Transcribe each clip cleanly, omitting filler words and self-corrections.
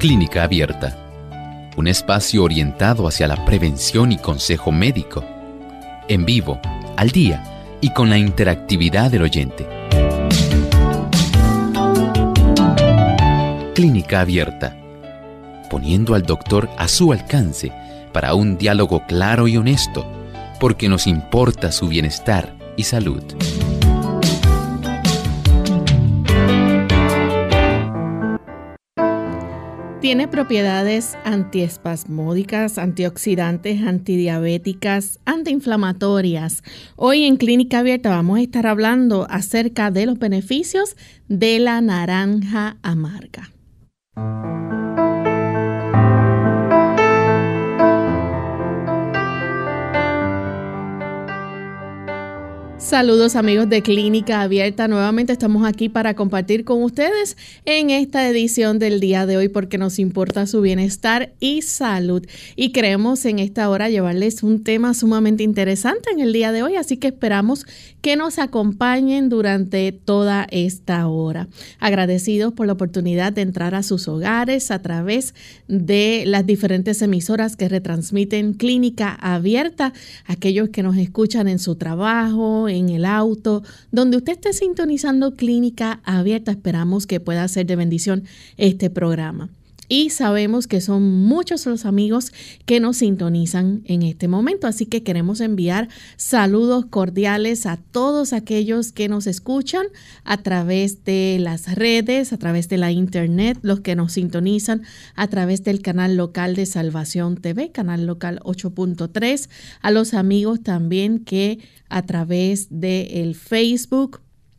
Clínica Abierta, un espacio orientado hacia la prevención y consejo médico, en vivo, al día y con la interactividad del oyente. Clínica Abierta, poniendo al doctor a su alcance para un diálogo claro y honesto, porque nos importa su bienestar y salud. Tiene propiedades antiespasmódicas, antioxidantes, antidiabéticas, antiinflamatorias. Hoy en Clínica Abierta vamos a estar hablando acerca de los beneficios de la naranja amarga. Saludos amigos de Clínica Abierta, nuevamente estamos aquí para compartir con ustedes en esta edición del día de hoy porque nos importa su bienestar y salud y queremos en esta hora llevarles un tema sumamente interesante en el día de hoy, así que esperamos que nos acompañen durante toda esta hora. Agradecidos por la oportunidad de entrar a sus hogares a través de las diferentes emisoras que retransmiten Clínica Abierta, aquellos que nos escuchan en su trabajo, en el auto, donde usted esté sintonizando Clínica Abierta, esperamos que pueda ser de bendición este programa. Y sabemos que son muchos los amigos que nos sintonizan en este momento, así que queremos enviar saludos cordiales a todos aquellos que nos escuchan a través de las redes, a través de la internet, los que nos sintonizan a través del canal local de Salvación TV, canal local 8.3, a los amigos también que a través del Facebook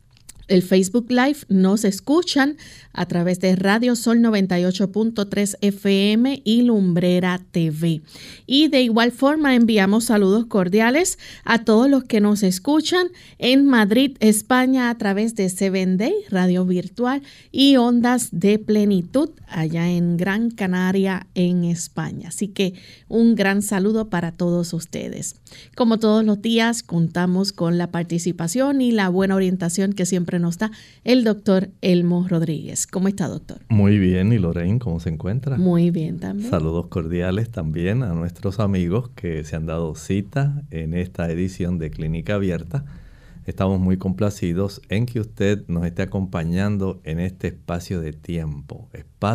Live nos escuchan a través de Radio Sol 98.3 FM y Lumbrera TV. Y de igual forma enviamos saludos cordiales a todos los que nos escuchan en Madrid, España, a través de Seven Day, Radio Virtual y Ondas de Plenitud, allá en Gran Canaria, en España. Así que un gran saludo para todos ustedes. Como todos los días, contamos con la participación y la buena orientación que siempre nos da el doctor Elmo Rodríguez. ¿Cómo está, doctor? Muy bien. ¿Y Lorraine, cómo se encuentra? Muy bien también. Saludos cordiales también a nuestros amigos que se han dado cita en esta edición de Clínica Abierta. Estamos muy complacidos en que usted nos esté acompañando en este espacio de tiempo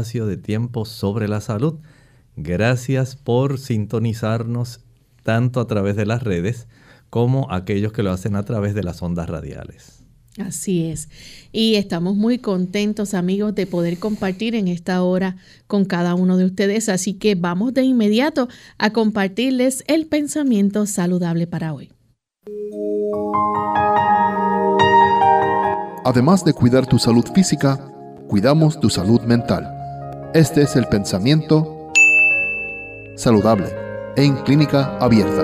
sobre la salud. Gracias por sintonizarnos tanto a través de las redes como aquellos que lo hacen a través de las ondas radiales. Así es. Y estamos muy contentos, amigos, de poder compartir en esta hora con cada uno de ustedes. Así que vamos de inmediato a compartirles el pensamiento saludable para hoy. Además de cuidar tu salud física, cuidamos tu salud mental. Este es el pensamiento saludable en Clínica Abierta.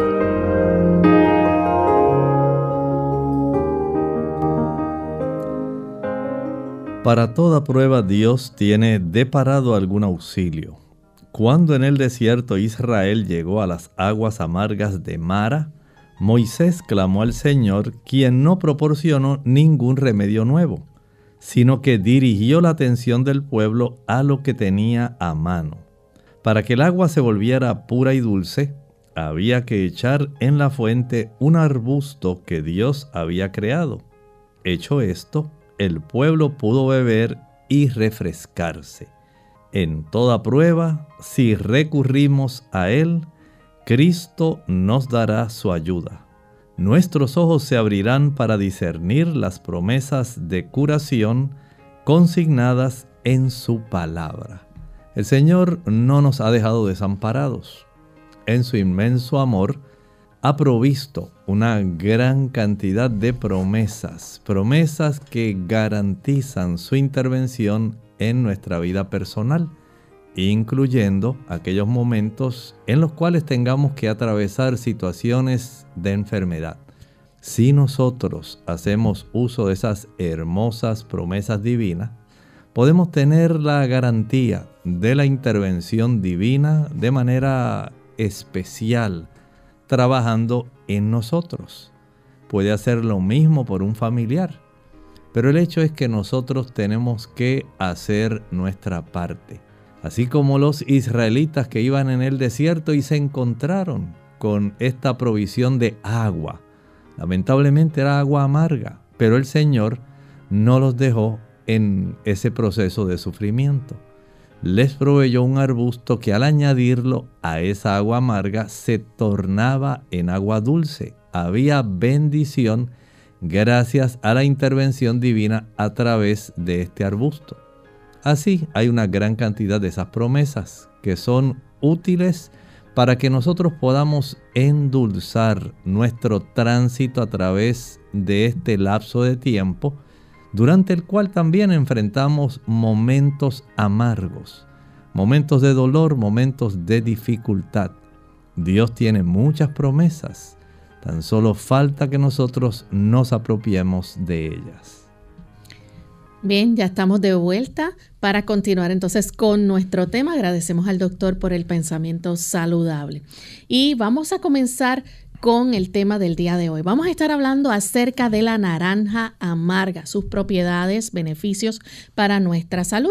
Para toda prueba Dios tiene deparado algún auxilio. Cuando en el desierto Israel llegó a las aguas amargas de Mara, Moisés clamó al Señor, quien no proporcionó ningún remedio nuevo, sino que dirigió la atención del pueblo a lo que tenía a mano. Para que el agua se volviera pura y dulce, había que echar en la fuente un arbusto que Dios había creado. Hecho esto, el pueblo pudo beber y refrescarse. En toda prueba, si recurrimos a Él, Cristo nos dará su ayuda. Nuestros ojos se abrirán para discernir las promesas de curación consignadas en su palabra. El Señor no nos ha dejado desamparados. En su inmenso amor, ha provisto una gran cantidad de promesas que garantizan su intervención en nuestra vida personal, incluyendo aquellos momentos en los cuales tengamos que atravesar situaciones de enfermedad. Si nosotros hacemos uso de esas hermosas promesas divinas, podemos tener la garantía de la intervención divina de manera especial, trabajando en nosotros. Puede hacer lo mismo por un familiar, pero el hecho es que nosotros tenemos que hacer nuestra parte. Así como los israelitas que iban en el desierto y se encontraron con esta provisión de agua. Lamentablemente era agua amarga, pero el Señor no los dejó en ese proceso de sufrimiento. Les proveyó un arbusto que al añadirlo a esa agua amarga se tornaba en agua dulce. Había bendición gracias a la intervención divina a través de este arbusto. Así hay una gran cantidad de esas promesas que son útiles para que nosotros podamos endulzar nuestro tránsito a través de este lapso de tiempo, durante el cual también enfrentamos momentos amargos, momentos de dolor, momentos de dificultad. Dios tiene muchas promesas, tan solo falta que nosotros nos apropiemos de ellas. Bien, ya estamos de vuelta para continuar entonces con nuestro tema. Agradecemos al doctor por el pensamiento saludable. Y vamos a comenzar con el tema del día de hoy. Vamos a estar hablando acerca de la naranja amarga, sus propiedades, beneficios para nuestra salud.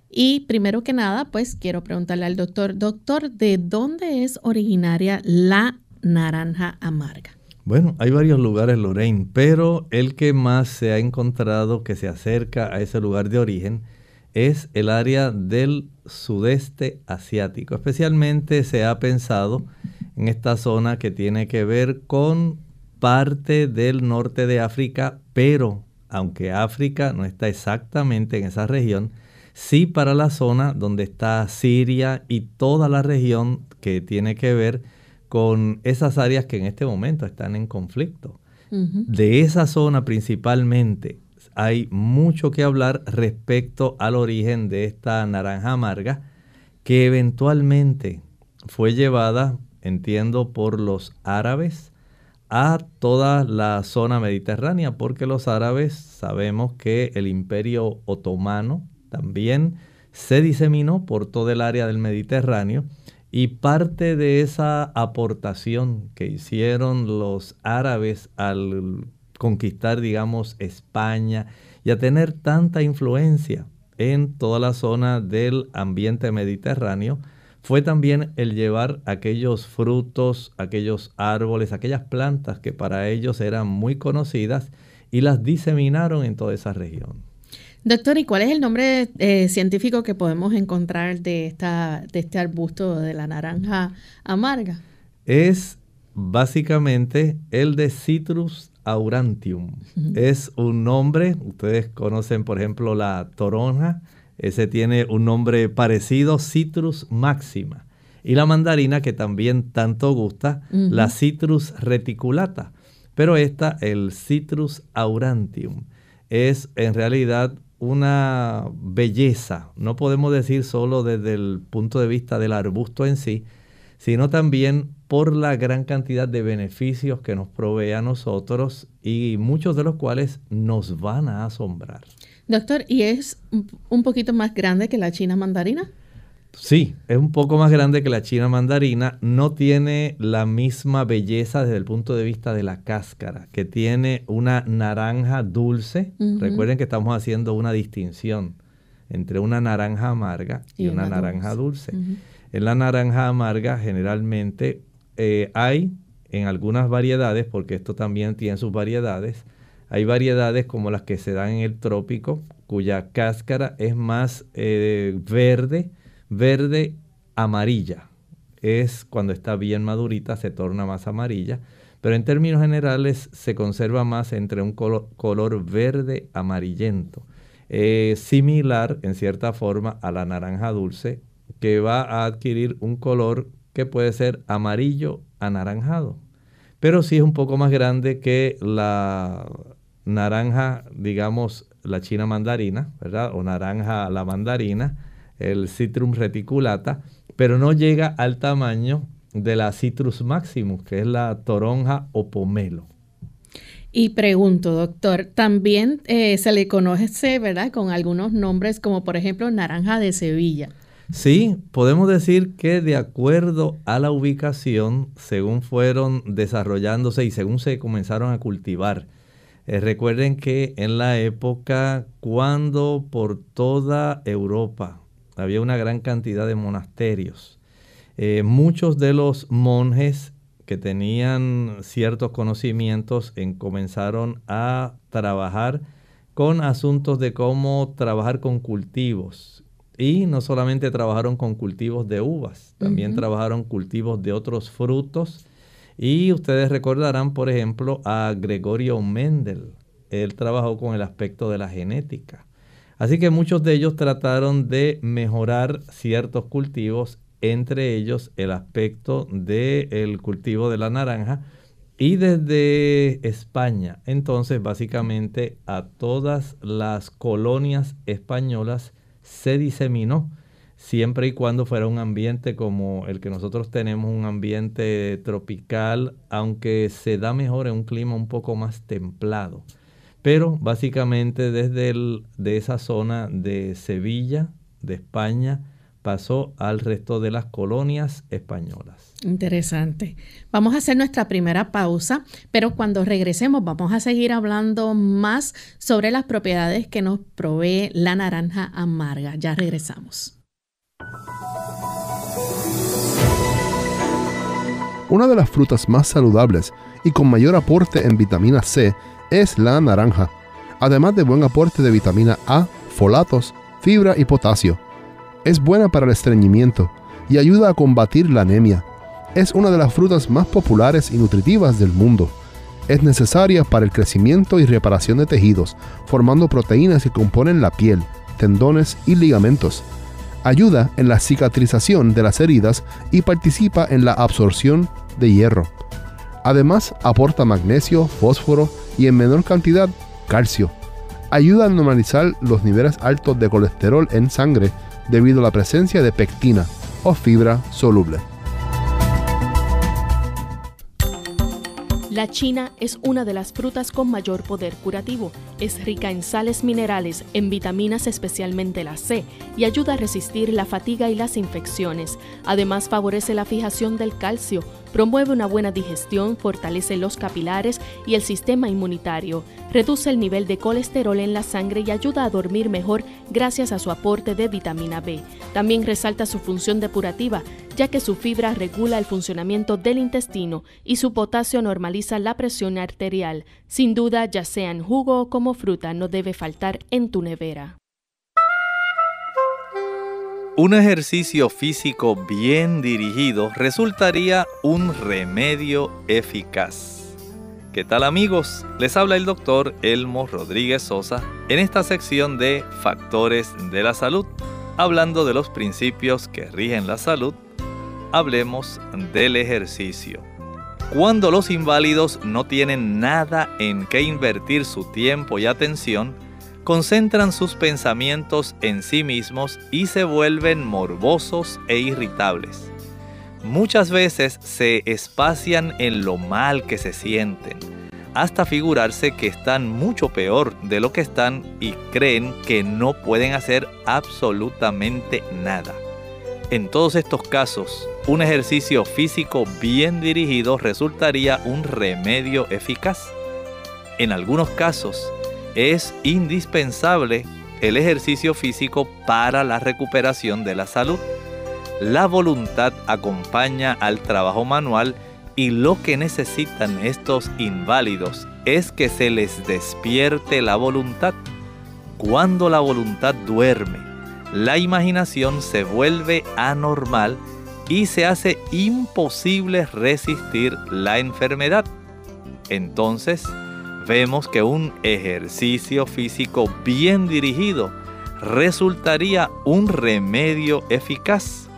Y primero que nada, pues quiero preguntarle al doctor, ¿de dónde es originaria la naranja amarga? Bueno, hay varios lugares, Lorraine, pero el que más se ha encontrado que se acerca a ese lugar de origen es el área del sudeste asiático. Especialmente se ha pensado en esta zona que tiene que ver con parte del norte de África, pero aunque África no está exactamente en esa región, sí para la zona donde está Siria y toda la región que tiene que ver con esas áreas que en este momento están en conflicto. De esa zona principalmente hay mucho que hablar respecto al origen de esta naranja amarga, que eventualmente fue llevada, entiendo, por los árabes a toda la zona mediterránea, porque los árabes sabemos que el Imperio Otomano también se diseminó por todo el área del Mediterráneo. Y parte de esa aportación que hicieron los árabes al conquistar, digamos, España y a tener tanta influencia en toda la zona del ambiente mediterráneo, fue también el llevar aquellos frutos, aquellos árboles, aquellas plantas que para ellos eran muy conocidas y las diseminaron en toda esa región. Doctor, ¿y cuál es el nombre científico que podemos encontrar de este arbusto de la naranja amarga? Es básicamente el de Citrus aurantium. Es un nombre, ustedes conocen por ejemplo la toronja, ese tiene un nombre parecido, Citrus maxima. Y la mandarina que también tanto gusta, la Citrus reticulata. Pero esta, el Citrus aurantium, es en realidad una belleza, no podemos decir solo desde el punto de vista del arbusto en sí, sino también por la gran cantidad de beneficios que nos provee a nosotros y muchos de los cuales nos van a asombrar. Doctor, ¿y es un poquito más grande que la china mandarina? Sí, es un poco más grande que la china mandarina, no tiene la misma belleza desde el punto de vista de la cáscara, que tiene una naranja dulce. Recuerden que estamos haciendo una distinción entre una naranja amarga y una naranja dulce. En la naranja amarga generalmente hay en algunas variedades, porque esto también tiene sus variedades, hay variedades como las que se dan en el trópico, cuya cáscara es más verde amarilla. Es cuando está bien madurita, se torna más amarilla, pero en términos generales se conserva más entre un color verde amarillento. Similar en cierta forma a la naranja dulce, que va a adquirir un color que puede ser amarillo anaranjado, pero sí es un poco más grande que la naranja, digamos, la china mandarina, ¿verdad? O naranja a la mandarina, el Citrus reticulata, pero no llega al tamaño de la Citrus maximus, que es la toronja o pomelo. Y pregunto, doctor, también se le conoce, ¿verdad?, con algunos nombres como por ejemplo naranja de Sevilla. Sí, podemos decir que de acuerdo a la ubicación, según fueron desarrollándose y según se comenzaron a cultivar. Recuerden que en la época cuando por toda Europa había una gran cantidad de monasterios. Muchos de los monjes que tenían ciertos conocimientos comenzaron a trabajar con asuntos de cómo trabajar con cultivos. Y no solamente trabajaron con cultivos de uvas, también trabajaron cultivos de otros frutos. Y ustedes recordarán, por ejemplo, a Gregorio Mendel. Él trabajó con el aspecto de la genética. Así que muchos de ellos trataron de mejorar ciertos cultivos, entre ellos el aspecto del cultivo de la naranja. Y desde España, entonces, básicamente a todas las colonias españolas se diseminó, siempre y cuando fuera un ambiente como el que nosotros tenemos, un ambiente tropical, aunque se da mejor en un clima un poco más templado. Pero básicamente de esa zona de Sevilla, de España, pasó al resto de las colonias españolas. Interesante. Vamos a hacer nuestra primera pausa, pero cuando regresemos vamos a seguir hablando más sobre las propiedades que nos provee la naranja amarga. Ya regresamos. Una de las frutas más saludables y con mayor aporte en vitamina C es la naranja, además de buen aporte de vitamina A, folatos, fibra y potasio. Es buena para el estreñimiento y ayuda a combatir la anemia. Es una de las frutas más populares y nutritivas del mundo. Es necesaria para el crecimiento y reparación de tejidos, formando proteínas que componen la piel, tendones y ligamentos. Ayuda en la cicatrización de las heridas y participa en la absorción de hierro. Además, aporta magnesio, fósforo y en menor cantidad, calcio. Ayuda a normalizar los niveles altos de colesterol en sangre debido a la presencia de pectina o fibra soluble. La china es una de las frutas con mayor poder curativo. Es rica en sales minerales, en vitaminas, especialmente la C, y ayuda a resistir la fatiga y las infecciones. Además, favorece la fijación del calcio, promueve una buena digestión, fortalece los capilares y el sistema inmunitario, reduce el nivel de colesterol en la sangre y ayuda a dormir mejor gracias a su aporte de vitamina B. También resalta su función depurativa, ya que su fibra regula el funcionamiento del intestino y su potasio normaliza la presión arterial. Sin duda, ya sea en jugo o como fruta, no debe faltar en tu nevera. Un ejercicio físico bien dirigido resultaría un remedio eficaz. ¿Qué tal, amigos? Les habla el doctor Elmo Rodríguez Sosa en esta sección de Factores de la Salud. Hablando de los principios que rigen la salud, hablemos del ejercicio. Cuando los inválidos no tienen nada en qué invertir su tiempo y atención, concentran sus pensamientos en sí mismos y se vuelven morbosos e irritables. Muchas veces se espacian en lo mal que se sienten, hasta figurarse que están mucho peor de lo que están y creen que no pueden hacer absolutamente nada. En todos estos casos, un ejercicio físico bien dirigido resultaría un remedio eficaz. En algunos casos, es indispensable el ejercicio físico para la recuperación de la salud. La voluntad acompaña al trabajo manual y lo que necesitan estos inválidos es que se les despierte la voluntad. Cuando la voluntad duerme, la imaginación se vuelve anormal y se hace imposible resistir la enfermedad. Entonces, vemos que un ejercicio físico bien dirigido resultaría un remedio eficaz.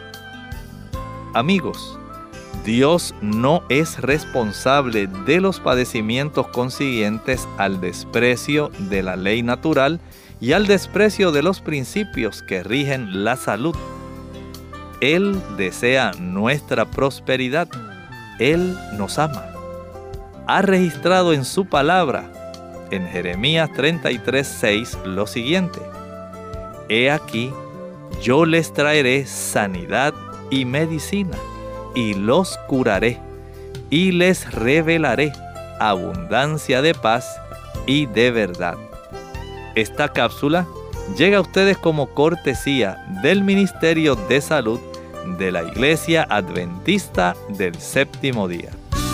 Amigos, Dios no es responsable de los padecimientos consiguientes al desprecio de la ley natural y al desprecio de los principios que rigen la salud. Él desea nuestra prosperidad. Él nos ama. Ha registrado en su palabra, en Jeremías 33:6, lo siguiente: He aquí, yo les traeré sanidad y medicina, y los curaré, y les revelaré abundancia de paz y de verdad. Esta cápsula llega a ustedes como cortesía del Ministerio de Salud de la Iglesia Adventista del Séptimo Día.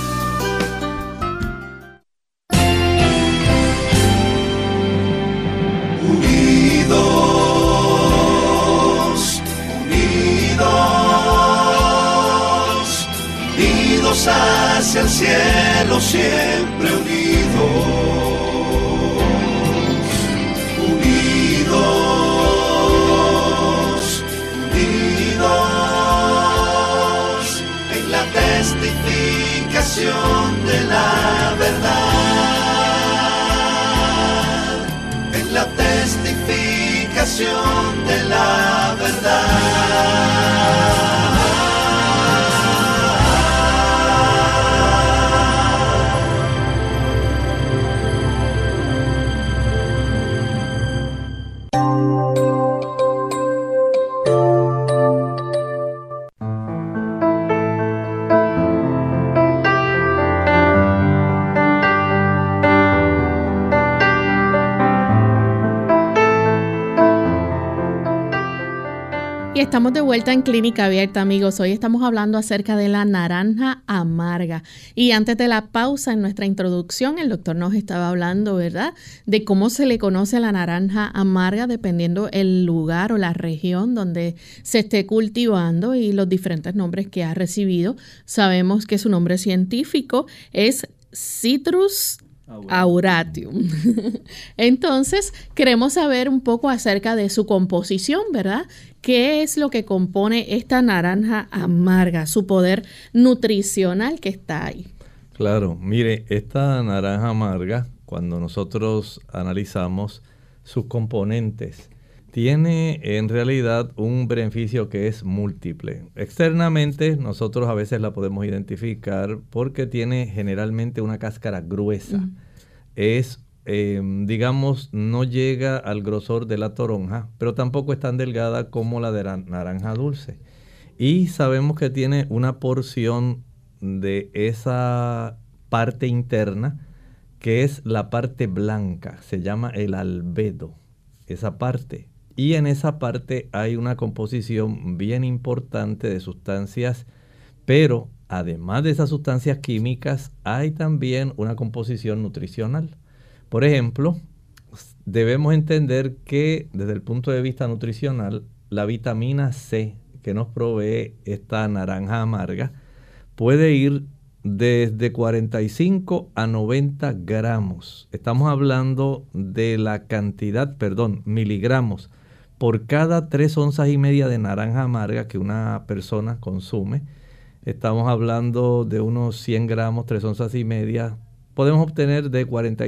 Unidos hacia el cielo, siempre unidos, unidos en la testificación de la verdad, en la testificación de la verdad. Estamos de vuelta en Clínica Abierta, amigos. Hoy estamos hablando acerca de la naranja amarga. Y antes de la pausa, en nuestra introducción, el doctor nos estaba hablando, ¿verdad?, de cómo se le conoce a la naranja amarga dependiendo el lugar o la región donde se esté cultivando y los diferentes nombres que ha recibido. Sabemos que su nombre científico es Citrus auratum. Entonces, queremos saber un poco acerca de su composición, ¿verdad? ¿Qué es lo que compone esta naranja amarga? Su poder nutricional que está ahí. Claro, mire, esta naranja amarga, cuando nosotros analizamos sus componentes, tiene en realidad un beneficio que es múltiple. Externamente, nosotros a veces la podemos identificar porque tiene generalmente una cáscara gruesa. Es, digamos, no llega al grosor de la toronja, pero tampoco es tan delgada como la de la naranja dulce. Y sabemos que tiene una porción de esa parte interna que es la parte blanca, se llama el albedo, esa parte. Y en esa parte hay una composición bien importante de sustancias, pero además de esas sustancias químicas, hay también una composición nutricional. Por ejemplo, debemos entender que desde el punto de vista nutricional, la vitamina C que nos provee esta naranja amarga puede ir desde 45 a 90 gramos. Estamos hablando de la cantidad, miligramos por cada 3 onzas y media de naranja amarga que una persona consume. Estamos hablando de unos 100 gramos, 3 onzas y media. Podemos obtener de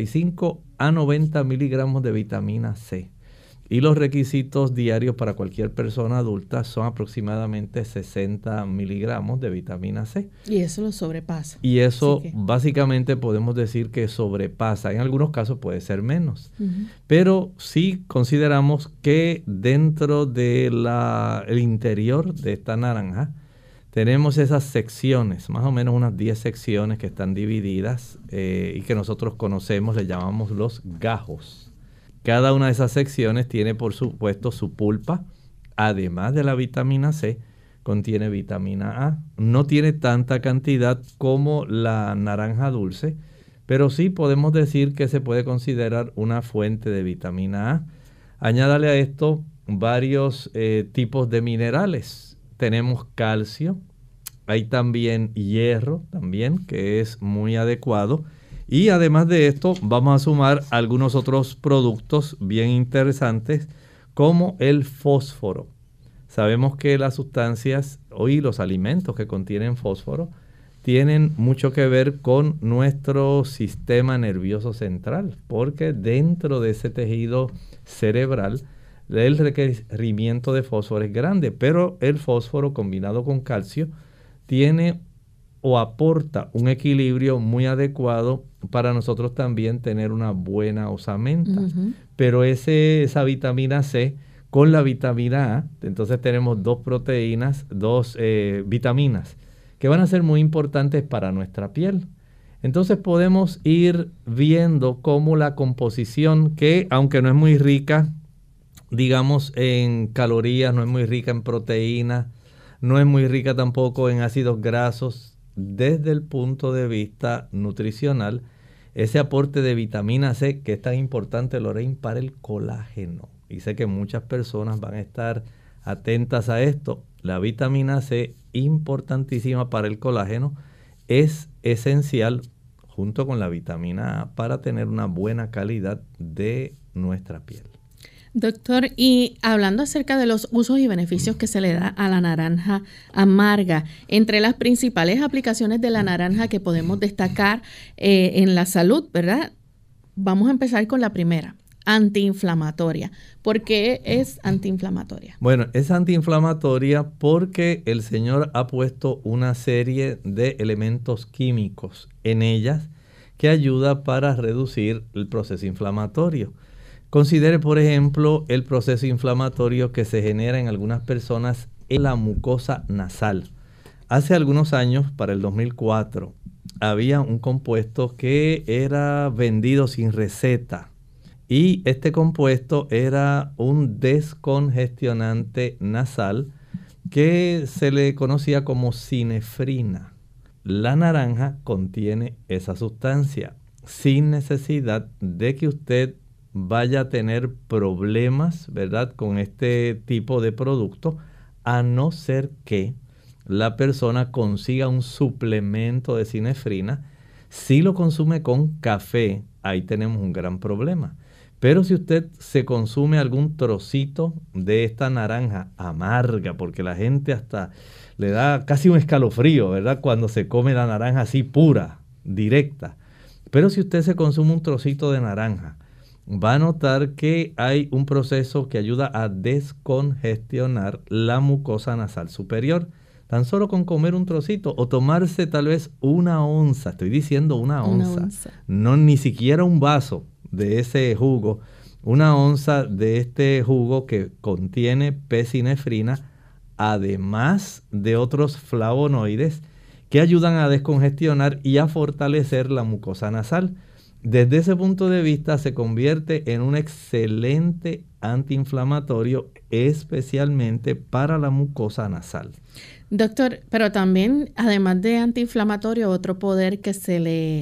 45 a 90 miligramos de vitamina C. Y los requisitos diarios para cualquier persona adulta son aproximadamente 60 miligramos de vitamina C. Y eso lo sobrepasa. Y eso básicamente podemos decir que sobrepasa. En algunos casos puede ser menos. Pero sí consideramos que dentro del interior de esta naranja tenemos esas secciones, más o menos unas 10 secciones que están divididas y que nosotros conocemos, le llamamos los gajos. Cada una de esas secciones tiene, por supuesto, su pulpa. Además de la vitamina C, contiene vitamina A. No tiene tanta cantidad como la naranja dulce, pero sí podemos decir que se puede considerar una fuente de vitamina A. Añádale a esto varios tipos de minerales. Tenemos calcio, hay también hierro, que es muy adecuado. Y además de esto, vamos a sumar algunos otros productos bien interesantes, como el fósforo. Sabemos que las sustancias y los alimentos que contienen fósforo tienen mucho que ver con nuestro sistema nervioso central, porque dentro de ese tejido cerebral el requerimiento de fósforo es grande, pero el fósforo combinado con calcio tiene o aporta un equilibrio muy adecuado para nosotros también tener una buena osamenta. Pero esa vitamina C con la vitamina A, entonces tenemos dos proteínas, dos vitaminas que van a ser muy importantes para nuestra piel. Entonces podemos ir viendo cómo la composición, que aunque no es muy rica, digamos, en calorías, no es muy rica en proteínas, no es muy rica tampoco en ácidos grasos. Desde el punto de vista nutricional, ese aporte de vitamina C, que es tan importante, Lorraine, para el colágeno. Y sé que muchas personas van a estar atentas a esto. La vitamina C, importantísima para el colágeno, es esencial junto con la vitamina A para tener una buena calidad de nuestra piel. Doctor, y hablando acerca de los usos y beneficios que se le da a la naranja amarga, entre las principales aplicaciones de la naranja que podemos destacar en la salud, ¿verdad? Vamos a empezar con la primera, antiinflamatoria. ¿Por qué es antiinflamatoria? Bueno, es antiinflamatoria porque el Señor ha puesto una serie de elementos químicos en ellas que ayuda para reducir el proceso inflamatorio. Considere, por ejemplo, el proceso inflamatorio que se genera en algunas personas en la mucosa nasal. Hace algunos años, para el 2004, había un compuesto que era vendido sin receta. Y este compuesto era un descongestionante nasal que se le conocía como sinefrina. La naranja contiene esa sustancia sin necesidad de que usted vaya a tener problemas, ¿verdad?, con este tipo de producto, a no ser que la persona consiga un suplemento de sinefrina. Si lo consume con café, ahí tenemos un gran problema. Pero si usted se consume algún trocito de esta naranja amarga, porque la gente hasta le da casi un escalofrío, ¿verdad?, cuando se come la naranja así pura, directa. Pero si usted se consume un trocito de naranja, va a notar que hay un proceso que ayuda a descongestionar la mucosa nasal superior. Tan solo con comer un trocito o tomarse tal vez una onza, estoy diciendo una onza, no ni siquiera un vaso de ese jugo, una onza de este jugo que contiene P-sinefrina, además de otros flavonoides que ayudan a descongestionar y a fortalecer la mucosa nasal. Desde ese punto de vista se convierte en un excelente antiinflamatorio, especialmente para la mucosa nasal. Doctor, pero también, además de antiinflamatorio, otro poder que se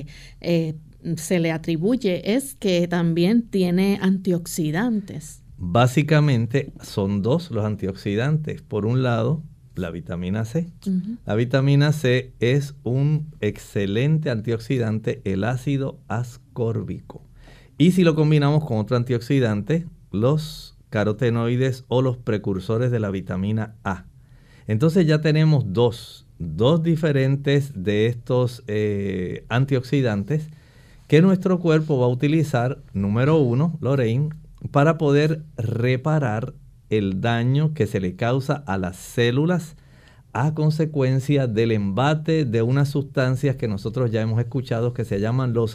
le atribuye es que también tiene antioxidantes. Básicamente son dos los antioxidantes. Por un lado, la vitamina C. La vitamina C es un excelente antioxidante, el ácido ascórbico. Y si lo combinamos con otro antioxidante, los carotenoides o los precursores de la vitamina A. Entonces ya tenemos dos diferentes de estos antioxidantes que nuestro cuerpo va a utilizar, número uno, Lorraine, para poder reparar el daño que se le causa a las células a consecuencia del embate de unas sustancias que nosotros ya hemos escuchado que se llaman los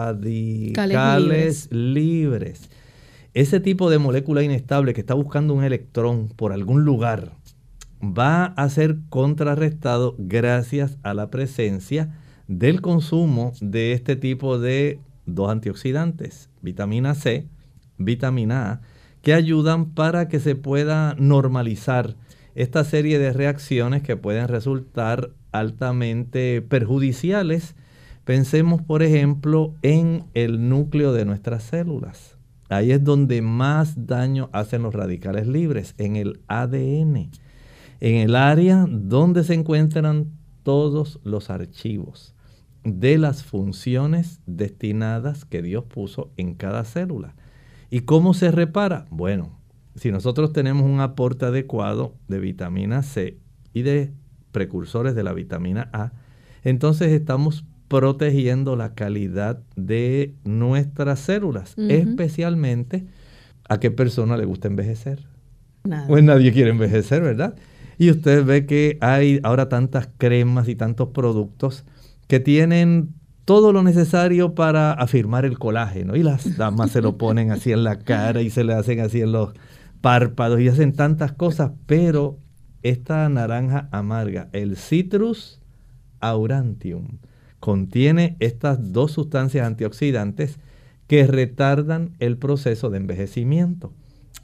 radicales libres. Ese tipo de molécula inestable que está buscando un electrón por algún lugar va a ser contrarrestado gracias a la presencia del consumo de este tipo de dos antioxidantes, vitamina C, vitamina A, que ayudan para que se pueda normalizar esta serie de reacciones que pueden resultar altamente perjudiciales. Pensemos, por ejemplo, en el núcleo de nuestras células. Ahí es donde más daño hacen los radicales libres, en el ADN, en el área donde se encuentran todos los archivos de las funciones destinadas que Dios puso en cada célula. ¿Y cómo se repara? Bueno, si nosotros tenemos un aporte adecuado de vitamina C y de precursores de la vitamina A, entonces estamos protegiendo la calidad de nuestras células, especialmente a qué persona le gusta envejecer. Pues nadie quiere envejecer, ¿verdad? Y usted ve que hay ahora tantas cremas y tantos productos que tienen todo lo necesario para afirmar el colágeno. Y las damas se lo ponen así en la cara y se le hacen así en los párpados y hacen tantas cosas. Pero esta naranja amarga, el Citrus aurantium, contiene estas dos sustancias antioxidantes que retardan el proceso de envejecimiento.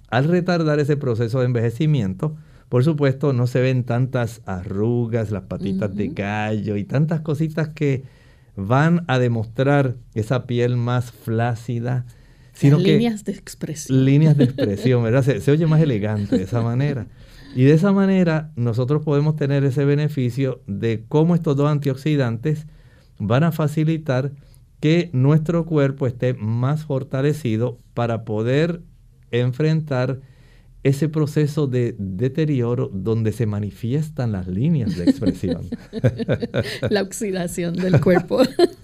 al retardar ese proceso de envejecimiento, por supuesto, no se ven tantas arrugas, las patitas de gallo y tantas cositas que van a demostrar esa piel más flácida. Sino líneas de expresión. Líneas de expresión, ¿verdad? Se oye más elegante de esa manera. Y de esa manera nosotros podemos tener ese beneficio de cómo estos dos antioxidantes van a facilitar que nuestro cuerpo esté más fortalecido para poder enfrentar ese proceso de deterioro donde se manifiestan las líneas de expresión. La oxidación del cuerpo.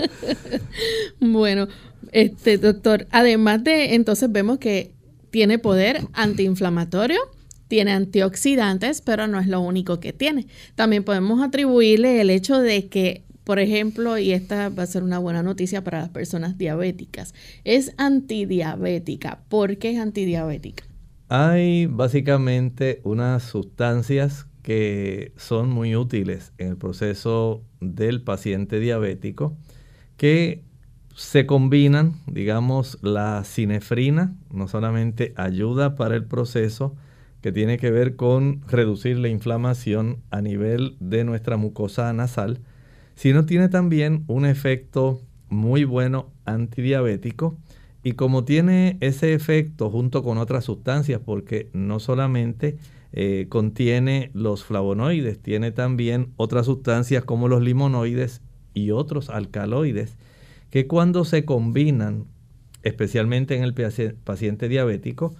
Bueno, doctor, además de, entonces vemos que tiene poder antiinflamatorio, tiene antioxidantes, pero no es lo único que tiene. También podemos atribuirle el hecho de que, por ejemplo, y esta va a ser una buena noticia para las personas diabéticas, es antidiabética. ¿Por qué es antidiabética? Hay básicamente unas sustancias que son muy útiles en el proceso del paciente diabético que se combinan, digamos, la sinefrina no solamente ayuda para el proceso que tiene que ver con reducir la inflamación a nivel de nuestra mucosa nasal, sino tiene también un efecto muy bueno antidiabético. Y como tiene ese efecto junto con otras sustancias, porque no solamente contiene los flavonoides, tiene también otras sustancias como los limonoides y otros alcaloides, que cuando se combinan, especialmente en el paciente diabético,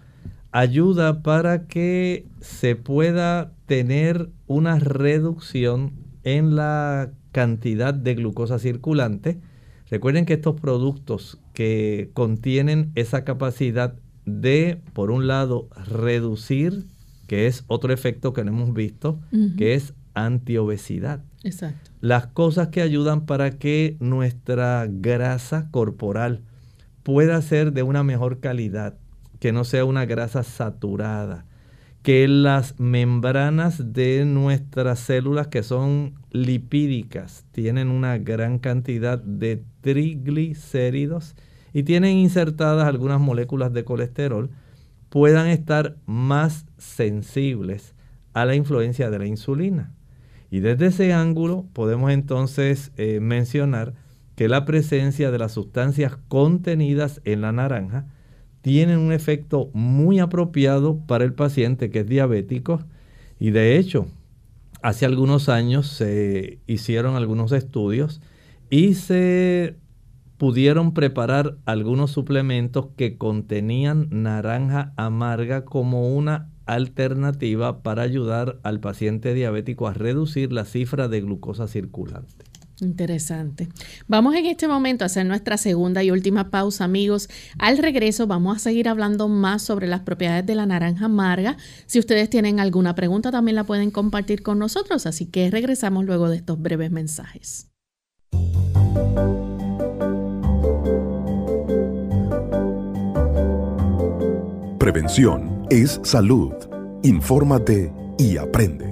ayuda para que se pueda tener una reducción en la cantidad de glucosa circulante. Recuerden que estos productos que contienen esa capacidad de, por un lado, reducir, que es otro efecto que no hemos visto, que es antiobesidad. Exacto. Las cosas que ayudan para que nuestra grasa corporal pueda ser de una mejor calidad, que no sea una grasa saturada, que las membranas de nuestras células que son lipídicas tienen una gran cantidad de triglicéridos y tienen insertadas algunas moléculas de colesterol, puedan estar más sensibles a la influencia de la insulina. Y desde ese ángulo podemos entonces mencionar que la presencia de las sustancias contenidas en la naranja tienen un efecto muy apropiado para el paciente que es diabético. Y de hecho, hace algunos años se hicieron algunos estudios y se pudieron preparar algunos suplementos que contenían naranja amarga como una alternativa para ayudar al paciente diabético a reducir la cifra de glucosa circulante. Interesante. Vamos en este momento a hacer nuestra segunda y última pausa, amigos. Al regreso vamos a seguir hablando más sobre las propiedades de la naranja amarga. Si ustedes tienen alguna pregunta también la pueden compartir con nosotros, así que regresamos luego de estos breves mensajes. Prevención es salud. Infórmate y aprende.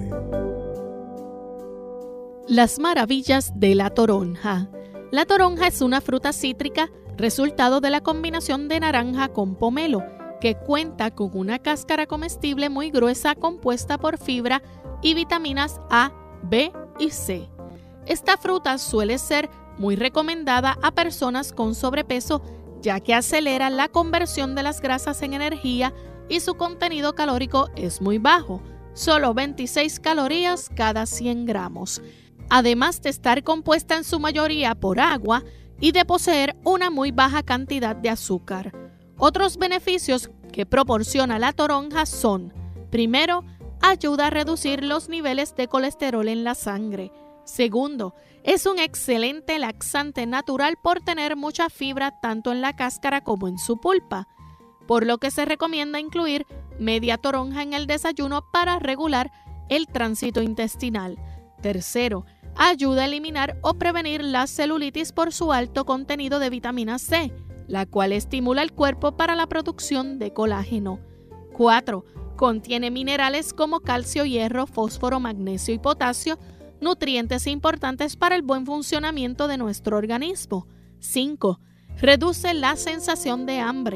Las maravillas de la toronja. La toronja es una fruta cítrica resultado de la combinación de naranja con pomelo, que cuenta con una cáscara comestible muy gruesa compuesta por fibra y vitaminas A, B y C. Esta fruta suele ser muy recomendada a personas con sobrepeso, ya que acelera la conversión de las grasas en energía y su contenido calórico es muy bajo, solo 26 calorías cada 100 gramos. Además de estar compuesta en su mayoría por agua y de poseer una muy baja cantidad de azúcar. Otros beneficios que proporciona la toronja son: primero, ayuda a reducir los niveles de colesterol en la sangre. Segundo, es un excelente laxante natural por tener mucha fibra tanto en la cáscara como en su pulpa, por lo que se recomienda incluir media toronja en el desayuno para regular el tránsito intestinal. Tercero, ayuda a eliminar o prevenir la celulitis por su alto contenido de vitamina C, la cual estimula el cuerpo para la producción de colágeno. 4. Contiene minerales como calcio, hierro, fósforo, magnesio y potasio, nutrientes importantes para el buen funcionamiento de nuestro organismo. 5. Reduce la sensación de hambre,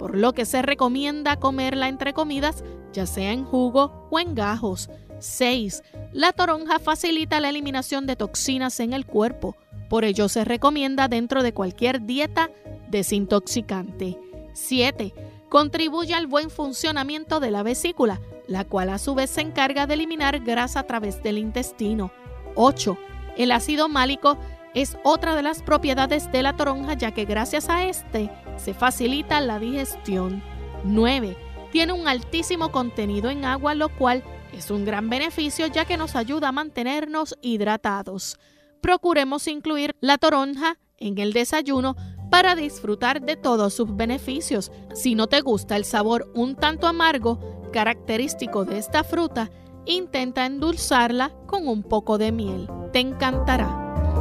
por lo que se recomienda comerla entre comidas, ya sea en jugo o en gajos. 6. La toronja facilita la eliminación de toxinas en el cuerpo, por ello se recomienda dentro de cualquier dieta desintoxicante. 7. Contribuye al buen funcionamiento de la vesícula, la cual a su vez se encarga de eliminar grasa a través del intestino. 8. El ácido málico es otra de las propiedades de la toronja, ya que gracias a este se facilita la digestión. 9. Tiene un altísimo contenido en agua, lo cual es un gran beneficio ya que nos ayuda a mantenernos hidratados. Procuremos incluir la toronja en el desayuno para disfrutar de todos sus beneficios. Si no te gusta el sabor un tanto amargo, característico de esta fruta, intenta endulzarla con un poco de miel. Te encantará.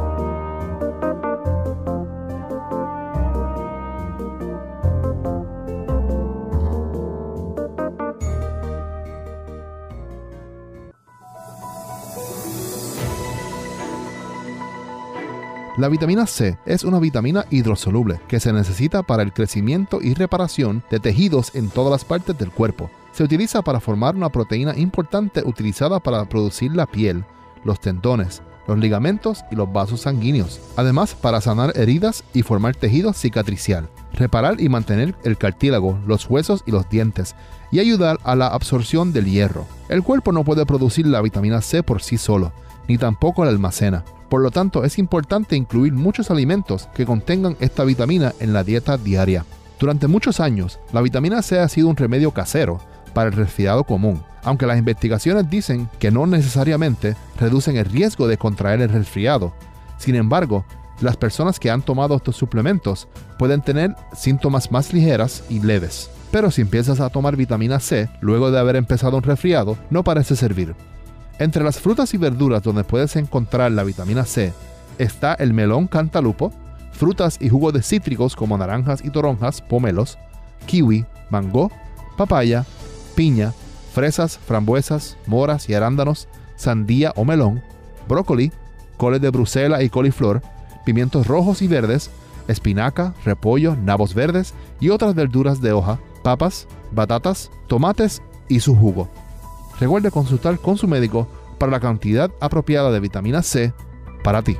La vitamina C es una vitamina hidrosoluble que se necesita para el crecimiento y reparación de tejidos en todas las partes del cuerpo. Se utiliza para formar una proteína importante utilizada para producir la piel, los tendones, los ligamentos y los vasos sanguíneos. Además, para sanar heridas y formar tejido cicatricial, reparar y mantener el cartílago, los huesos y los dientes, y ayudar a la absorción del hierro. El cuerpo no puede producir la vitamina C por sí solo, ni tampoco la almacena. Por lo tanto, es importante incluir muchos alimentos que contengan esta vitamina en la dieta diaria. Durante muchos años, la vitamina C ha sido un remedio casero para el resfriado común, aunque las investigaciones dicen que no necesariamente reducen el riesgo de contraer el resfriado. Sin embargo, las personas que han tomado estos suplementos pueden tener síntomas más ligeras y leves. Pero si empiezas a tomar vitamina C luego de haber empezado un resfriado, no parece servir. Entre las frutas y verduras donde puedes encontrar la vitamina C está el melón cantalupo, frutas y jugos de cítricos como naranjas y toronjas, pomelos, kiwi, mango, papaya, piña, fresas, frambuesas, moras y arándanos, sandía o melón, brócoli, coles de Bruselas y coliflor, pimientos rojos y verdes, espinaca, repollo, nabos verdes y otras verduras de hoja, papas, batatas, tomates y su jugo. Recuerde consultar con su médico para la cantidad apropiada de vitamina C para ti.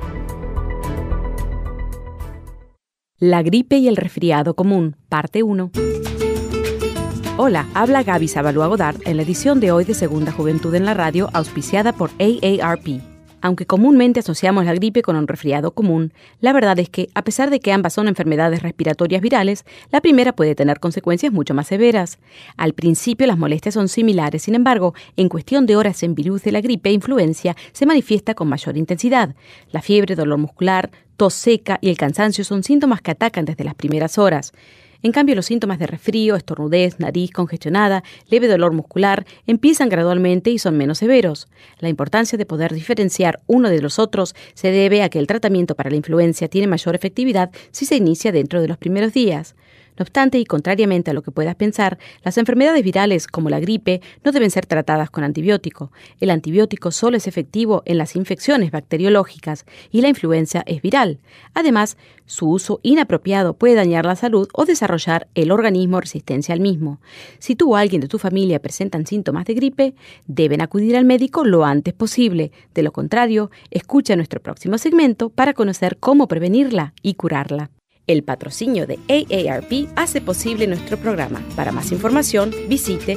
La gripe y el resfriado común, parte 1. Hola, habla Gaby Zabalúa Godard en la edición de hoy de Segunda Juventud en la Radio, auspiciada por AARP. Aunque comúnmente asociamos la gripe con un resfriado común, la verdad es que, a pesar de que ambas son enfermedades respiratorias virales, la primera puede tener consecuencias mucho más severas. Al principio las molestias son similares, sin embargo, en cuestión de horas en virus de la gripe e influencia se manifiesta con mayor intensidad. La fiebre, dolor muscular, tos seca y el cansancio son síntomas que atacan desde las primeras horas. En cambio, los síntomas de resfrío, estornudez, nariz congestionada, leve dolor muscular empiezan gradualmente y son menos severos. La importancia de poder diferenciar uno de los otros se debe a que el tratamiento para la influencia tiene mayor efectividad si se inicia dentro de los primeros días. No obstante, y contrariamente a lo que puedas pensar, las enfermedades virales, como la gripe, no deben ser tratadas con antibiótico. El antibiótico solo es efectivo en las infecciones bacteriológicas y la influenza es viral. Además, su uso inapropiado puede dañar la salud o desarrollar el organismo resistencia al mismo. Si tú o alguien de tu familia presentan síntomas de gripe, deben acudir al médico lo antes posible. De lo contrario, escucha nuestro próximo segmento para conocer cómo prevenirla y curarla. El patrocinio de AARP hace posible nuestro programa. Para más información, visite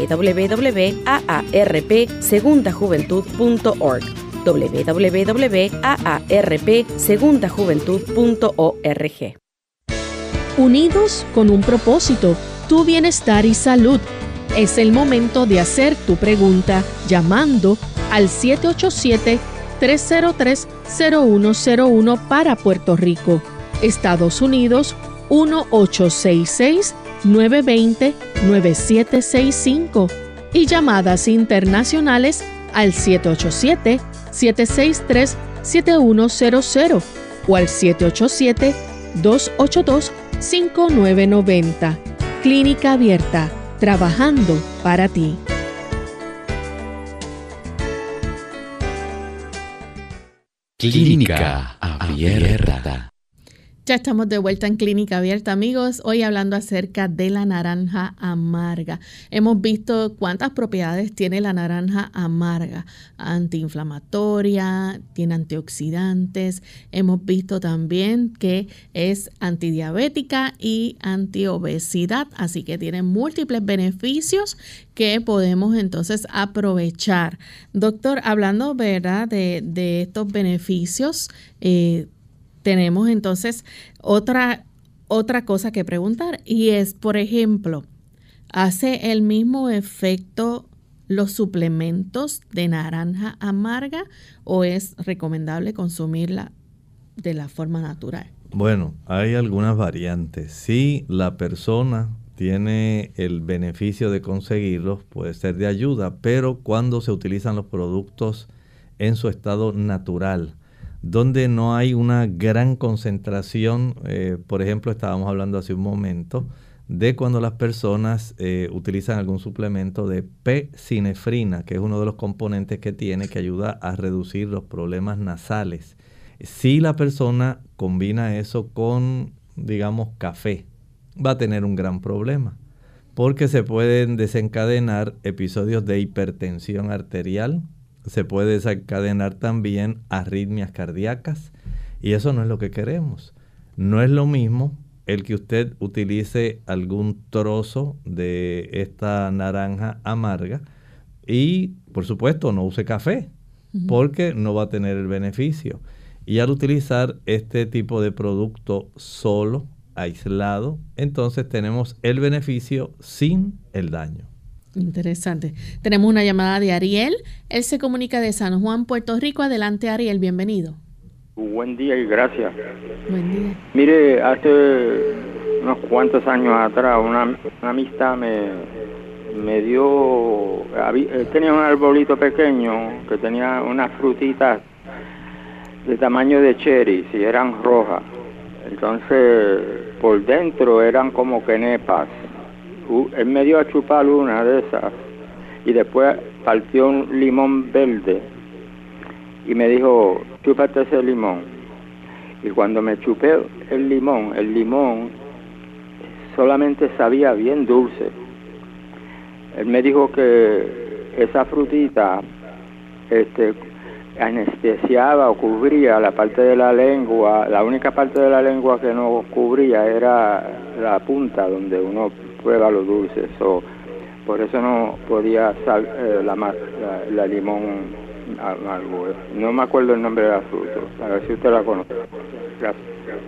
www.aarpsegundajuventud.org www.aarpsegundajuventud.org. Unidos con un propósito, tu bienestar y salud. Es el momento de hacer tu pregunta llamando al 787-303-0101 para Puerto Rico. Estados Unidos, 1-866-920-9765 y llamadas internacionales al 787-763-7100 o al 787-282-5990. Clínica Abierta, trabajando para ti. Clínica Abierta. Ya estamos de vuelta en Clínica Abierta, amigos. Hoy hablando acerca de la naranja amarga. Hemos visto cuántas propiedades tiene la naranja amarga. Antiinflamatoria, tiene antioxidantes. Hemos visto también que es antidiabética y antiobesidad. Así que tiene múltiples beneficios que podemos entonces aprovechar. Doctor, hablando, ¿verdad?, de estos beneficios, tenemos entonces otra cosa que preguntar, y es, por ejemplo, ¿hace el mismo efecto los suplementos de naranja amarga o es recomendable consumirla de la forma natural? Bueno, hay algunas variantes. Si la persona tiene el beneficio de conseguirlos, puede ser de ayuda, pero cuando se utilizan los productos en su estado natural, donde no hay una gran concentración, por ejemplo, estábamos hablando hace un momento de cuando las personas utilizan algún suplemento de P-cinefrina, que es uno de los componentes que tiene que ayuda a reducir los problemas nasales. Si la persona combina eso con, digamos, café, va a tener un gran problema, porque se pueden desencadenar episodios de hipertensión arterial, se puede desencadenar también arritmias cardíacas, y eso no es lo que queremos. No es lo mismo el que usted utilice algún trozo de esta naranja amarga y, por supuesto, no use café, porque no va a tener el beneficio. Y al utilizar este tipo de producto solo, aislado, entonces tenemos el beneficio sin el daño. Interesante. Tenemos una llamada de Ariel. Él se comunica de San Juan, Puerto Rico. Adelante, Ariel, bienvenido. Buen día y gracias. Buen día. Mire, hace unos cuantos años atrás una amistad me dio, tenía un arbolito pequeño que tenía unas frutitas de tamaño de cherry, y eran rojas. Entonces, por dentro eran como quenepas. Él me dio a chupar una de esas y después partió un limón verde y me dijo, chúpate ese limón. Y cuando me chupé el limón solamente sabía bien dulce. Él me dijo que esa frutita anestesiaba o cubría la parte de la lengua. La única parte de la lengua que no cubría era la punta donde uno prueba los dulces. Por eso no podía la limón amargo. No me acuerdo el nombre de la fruta, a ver si usted la conoce. Gracias.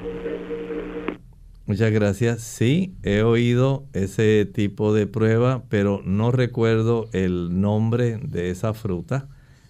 Muchas gracias. Sí, he oído ese tipo de prueba, pero no recuerdo el nombre de esa fruta.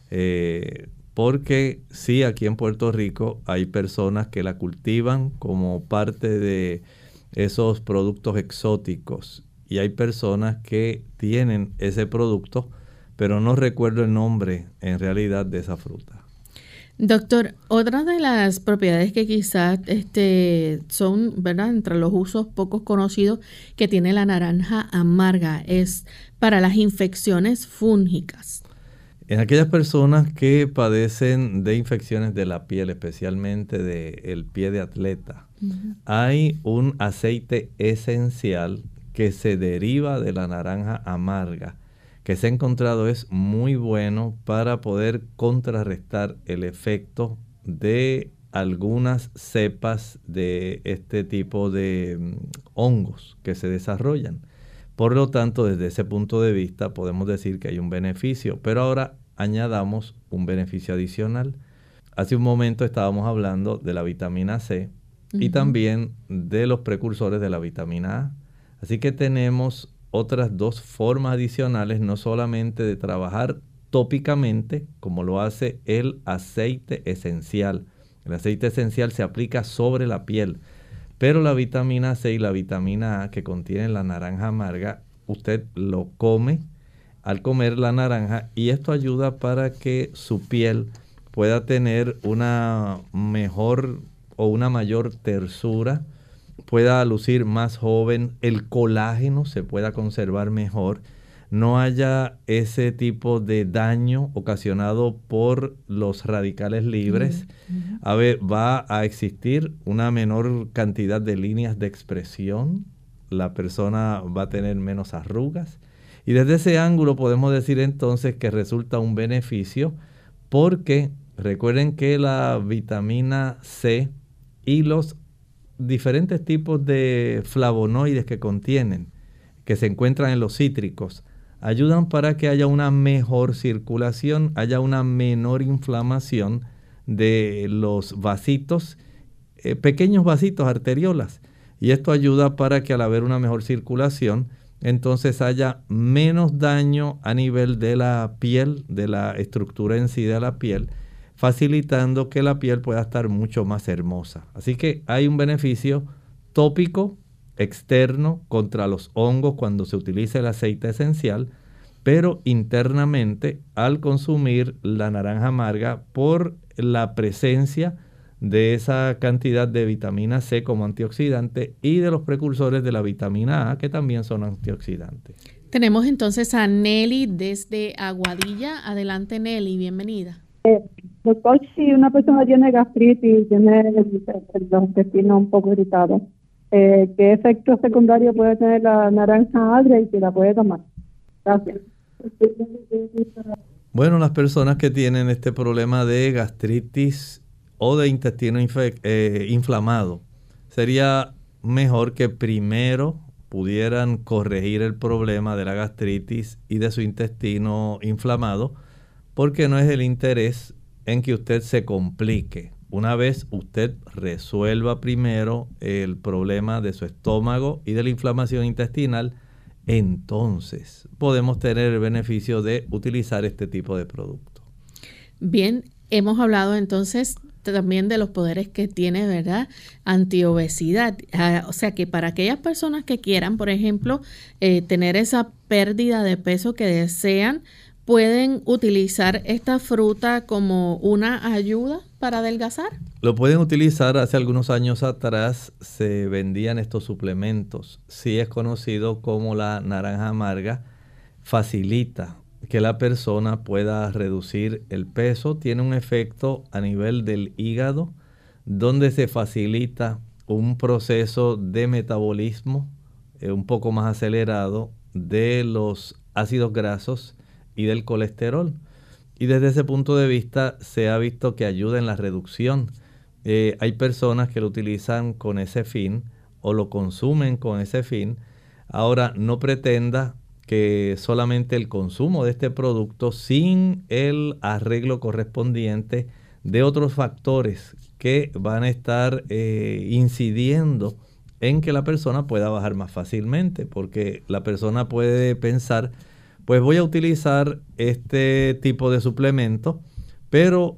Porque sí, aquí en Puerto Rico hay personas que la cultivan como parte de esos productos exóticos, y hay personas que tienen ese producto, pero no recuerdo el nombre en realidad de esa fruta. Doctor, otra de las propiedades que quizás son, ¿verdad?, entre los usos pocos conocidos que tiene la naranja amarga es para las infecciones fúngicas. En aquellas personas que padecen de infecciones de la piel, especialmente del pie de atleta, hay un aceite esencial que se deriva de la naranja amarga, que se ha encontrado es muy bueno para poder contrarrestar el efecto de algunas cepas de este tipo de hongos que se desarrollan. Por lo tanto, desde ese punto de vista podemos decir que hay un beneficio, pero ahora añadamos un beneficio adicional. Hace un momento estábamos hablando de la vitamina C y también de los precursores de la vitamina A. Así que tenemos otras dos formas adicionales, no solamente de trabajar tópicamente, como lo hace el aceite esencial. El aceite esencial se aplica sobre la piel, pero la vitamina C y la vitamina A que contienen la naranja amarga, usted lo come al comer la naranja, y esto ayuda para que su piel pueda tener una mejor o una mayor tersura, pueda lucir más joven, el colágeno se pueda conservar mejor. no haya ese tipo de daño ocasionado por los radicales libres. A ver, va a existir una menor cantidad de líneas de expresión, la persona va a tener menos arrugas, y desde ese ángulo podemos decir entonces que resulta un beneficio, porque recuerden que la vitamina C y los diferentes tipos de flavonoides que contienen, que se encuentran en los cítricos, ayudan para que haya una mejor circulación, haya una menor inflamación de los vasitos, pequeños vasitos, arteriolas. Y esto ayuda para que al haber una mejor circulación, entonces haya menos daño a nivel de la piel, de la estructura en sí de la piel, facilitando que la piel pueda estar mucho más hermosa. Así que hay un beneficio tópico, externo, contra los hongos cuando se utiliza el aceite esencial, pero internamente al consumir la naranja amarga por la presencia de esa cantidad de vitamina C como antioxidante y de los precursores de la vitamina A que también son antioxidantes. Tenemos entonces a Nelly desde Aguadilla. Adelante, Nelly, bienvenida. Doctor, si una persona tiene gastritis, tiene los intestinos un poco irritados, ¿qué efecto secundario puede tener la naranja agria y si la puede tomar? Gracias. Bueno, las personas que tienen este problema de gastritis o de intestino inflamado, sería mejor que primero pudieran corregir el problema de la gastritis y de su intestino inflamado, porque no es el interés en que usted se complique. Una vez usted resuelva primero el problema de su estómago y de la inflamación intestinal, entonces podemos tener el beneficio de utilizar este tipo de producto. Bien, hemos hablado entonces también de los poderes que tiene, ¿verdad? Antiobesidad. O sea que para aquellas personas que quieran, por ejemplo, tener esa pérdida de peso que desean, ¿pueden utilizar esta fruta como una ayuda para adelgazar? Lo pueden utilizar. Hace algunos años atrás se vendían estos suplementos. Sí es conocido como la naranja amarga. Facilita que la persona pueda reducir el peso. Tiene un efecto a nivel del hígado, donde se facilita un proceso de metabolismo un poco más acelerado de los ácidos grasos y del colesterol. Y desde ese punto de vista se ha visto que ayuda en la reducción. Hay personas que lo utilizan con ese fin o lo consumen con ese fin. Ahora, no pretenda que solamente el consumo de este producto sin el arreglo correspondiente de otros factores que van a estar incidiendo en que la persona pueda bajar más fácilmente, porque la persona puede pensar, pues voy a utilizar este tipo de suplemento, pero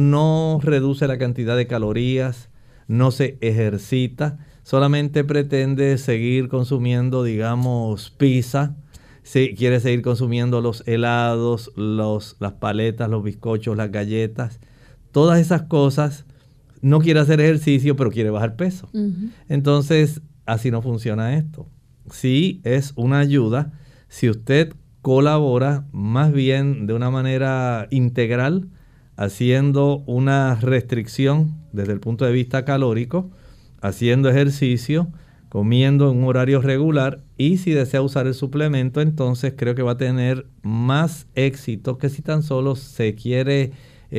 no reduce la cantidad de calorías, no se ejercita, solamente pretende seguir consumiendo, digamos, pizza. Si quiere seguir consumiendo los helados, las paletas, los bizcochos, las galletas, todas esas cosas, no quiere hacer ejercicio, pero quiere bajar peso. Entonces, así no funciona esto. Sí es una ayuda si usted colabora más bien de una manera integral, haciendo una restricción desde el punto de vista calórico, haciendo ejercicio, comiendo en un horario regular, y si desea usar el suplemento, entonces creo que va a tener más éxito que si tan solo se quiere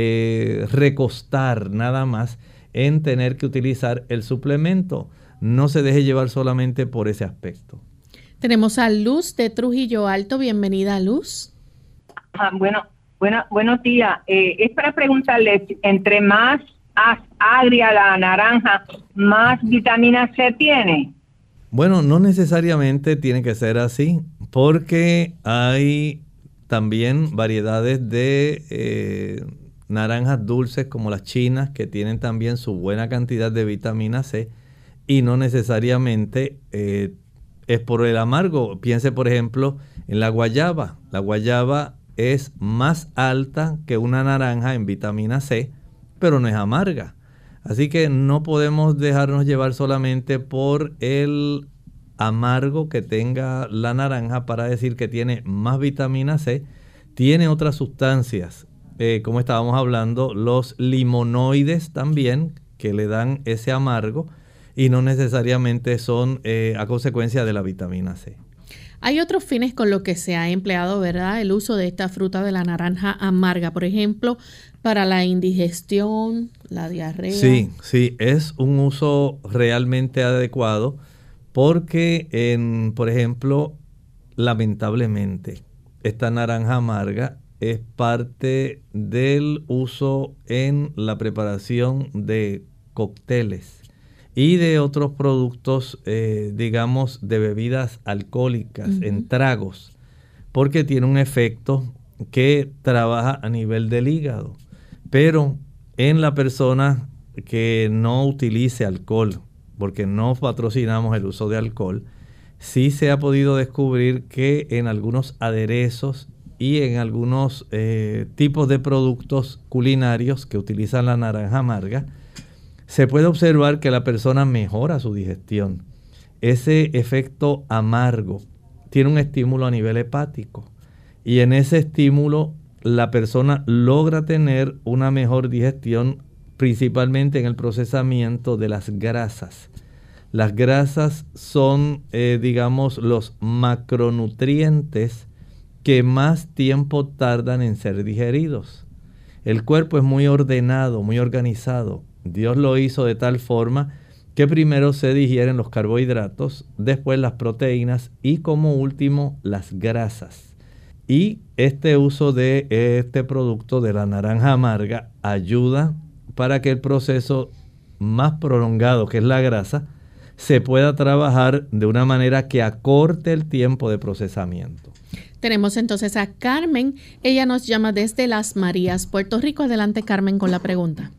recostar nada más en tener que utilizar el suplemento. No se deje llevar solamente por ese aspecto. Tenemos a Luz de Trujillo Alto. Bienvenida, Luz. Buenos días. Es para preguntarle, entre más agria la naranja, ¿más vitamina C tiene? Bueno, no necesariamente tiene que ser así, porque hay también variedades de naranjas dulces como las chinas, que tienen también su buena cantidad de vitamina C, y no necesariamente es por el amargo. Piense, por ejemplo, en la guayaba. La guayaba es más alta que una naranja en vitamina C, pero no es amarga. Así que no podemos dejarnos llevar solamente por el amargo que tenga la naranja para decir que tiene más vitamina C. Tiene otras sustancias, como estábamos hablando, los limonoides también, que le dan ese amargo y no necesariamente son a consecuencia de la vitamina C. Hay otros fines con los que se ha empleado, ¿verdad?, el uso de esta fruta de la naranja amarga, por ejemplo, para la indigestión, la diarrea. Sí, es un uso realmente adecuado porque, por ejemplo, lamentablemente, esta naranja amarga es parte del uso en la preparación de cócteles y de otros productos, digamos, de bebidas alcohólicas, en tragos, porque tiene un efecto que trabaja a nivel del hígado. Pero en la persona que no utilice alcohol, porque no patrocinamos el uso de alcohol, sí se ha podido descubrir que en algunos aderezos y en algunos tipos de productos culinarios que utilizan la naranja amarga, se puede observar que la persona mejora su digestión. Ese efecto amargo tiene un estímulo a nivel hepático y en ese estímulo la persona logra tener una mejor digestión, principalmente en el procesamiento de las grasas. Las grasas son, digamos, los macronutrientes que más tiempo tardan en ser digeridos. El cuerpo es muy ordenado, muy organizado. Dios lo hizo de tal forma que primero se digieren los carbohidratos, después las proteínas y como último las grasas. Y este uso de este producto de la naranja amarga ayuda para que el proceso más prolongado, que es la grasa, se pueda trabajar de una manera que acorte el tiempo de procesamiento. Tenemos entonces a Carmen. Ella nos llama desde Las Marías, Puerto Rico. Adelante, Carmen, con la pregunta.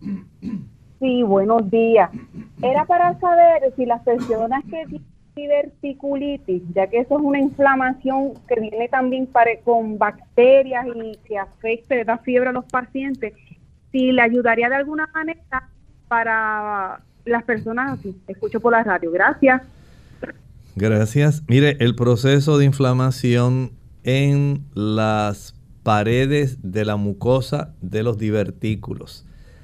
Sí, buenos días. Era para saber si las personas que tienen diverticulitis, ya que eso es una inflamación que viene también con bacterias y que afecta, da fiebre a los pacientes, si le ayudaría de alguna manera para las personas así. Escucho por la radio. Gracias. Gracias. Mire, el proceso de inflamación en las paredes de la mucosa de los divertículos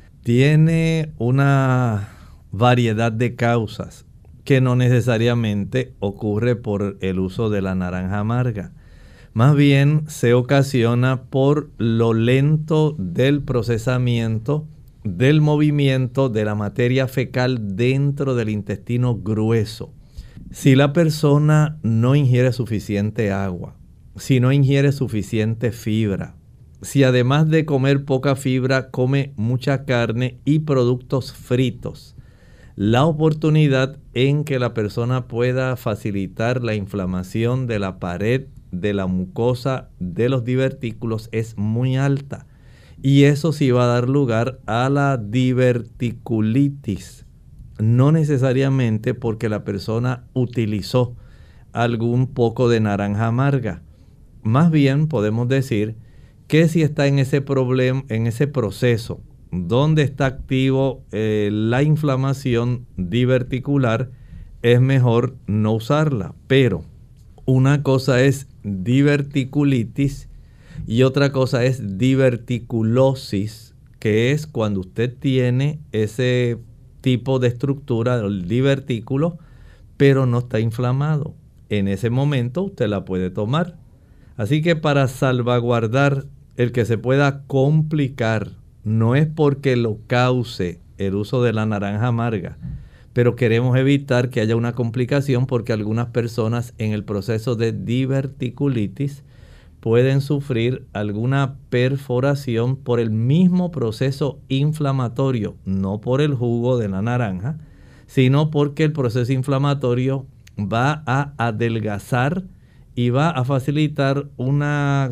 tiene una variedad de causas que no necesariamente ocurre por el uso de la naranja amarga. Más bien se ocasiona por lo lento del procesamiento del movimiento de la materia fecal dentro del intestino grueso. Si la persona no ingiere suficiente agua, si no ingiere suficiente fibra, si además de comer poca fibra come mucha carne y productos fritos, la oportunidad en que la persona pueda facilitar la inflamación de la pared de la mucosa de los divertículos es muy alta. Y eso sí va a dar lugar a la diverticulitis. No necesariamente porque la persona utilizó algún poco de naranja amarga. Más bien podemos decir que si está en ese problema, en ese proceso donde está activo la inflamación diverticular, es mejor no usarla. Pero una cosa es diverticulitis y otra cosa es diverticulosis, que es cuando usted tiene ese tipo de estructura del divertículo, pero no está inflamado. En ese momento usted la puede tomar. Así que para salvaguardar el que se pueda complicar, no es porque lo cause el uso de la naranja amarga, pero queremos evitar que haya una complicación porque algunas personas en el proceso de diverticulitis pueden sufrir alguna perforación por el mismo proceso inflamatorio, no por el jugo de la naranja, sino porque el proceso inflamatorio va a adelgazar y va a facilitar una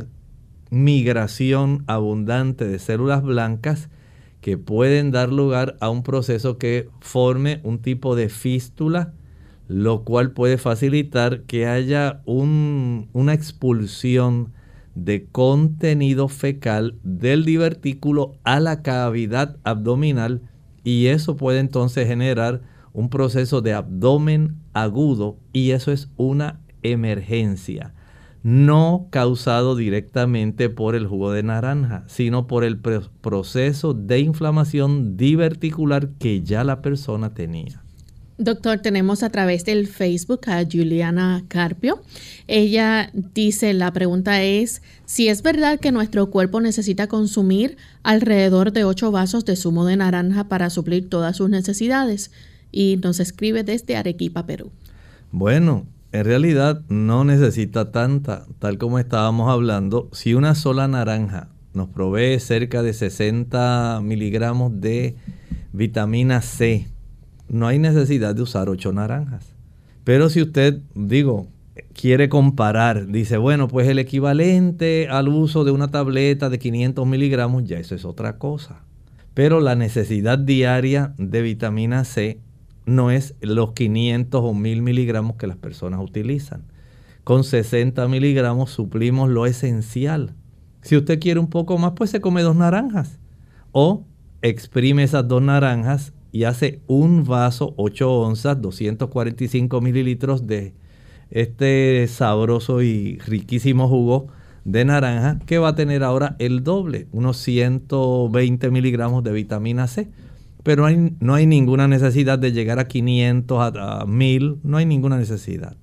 migración abundante de células blancas que pueden dar lugar a un proceso que forme un tipo de fístula, lo cual puede facilitar que haya una expulsión de contenido fecal del divertículo a la cavidad abdominal, y eso puede entonces generar un proceso de abdomen agudo y eso es una emergencia, no causado directamente por el jugo de naranja, sino por el proceso de inflamación diverticular que ya la persona tenía. Doctor, tenemos a través del Facebook a Juliana Carpio. Ella dice, la pregunta es, si es verdad que nuestro cuerpo necesita consumir alrededor de 8 vasos de zumo de naranja para suplir todas sus necesidades. Y nos escribe desde Arequipa, Perú. Bueno, en realidad no necesita tanta, tal como estábamos hablando. Si una sola naranja nos provee cerca de 60 miligramos de vitamina C, no hay necesidad de usar 8 naranjas. Pero si usted, quiere comparar, dice, bueno, pues el equivalente al uso de una tableta de 500 miligramos, ya eso es otra cosa. Pero la necesidad diaria de vitamina C no es los 500 o 1000 miligramos que las personas utilizan. Con 60 miligramos suplimos lo esencial. Si usted quiere un poco más, pues se come 2 naranjas. O exprime esas 2 naranjas y hace un vaso, 8 onzas, 245 mililitros de este sabroso y riquísimo jugo de naranja, que va a tener ahora el doble, unos 120 miligramos de vitamina C. Pero no hay ninguna necesidad de llegar a 500, a 1000, no hay ninguna necesidad.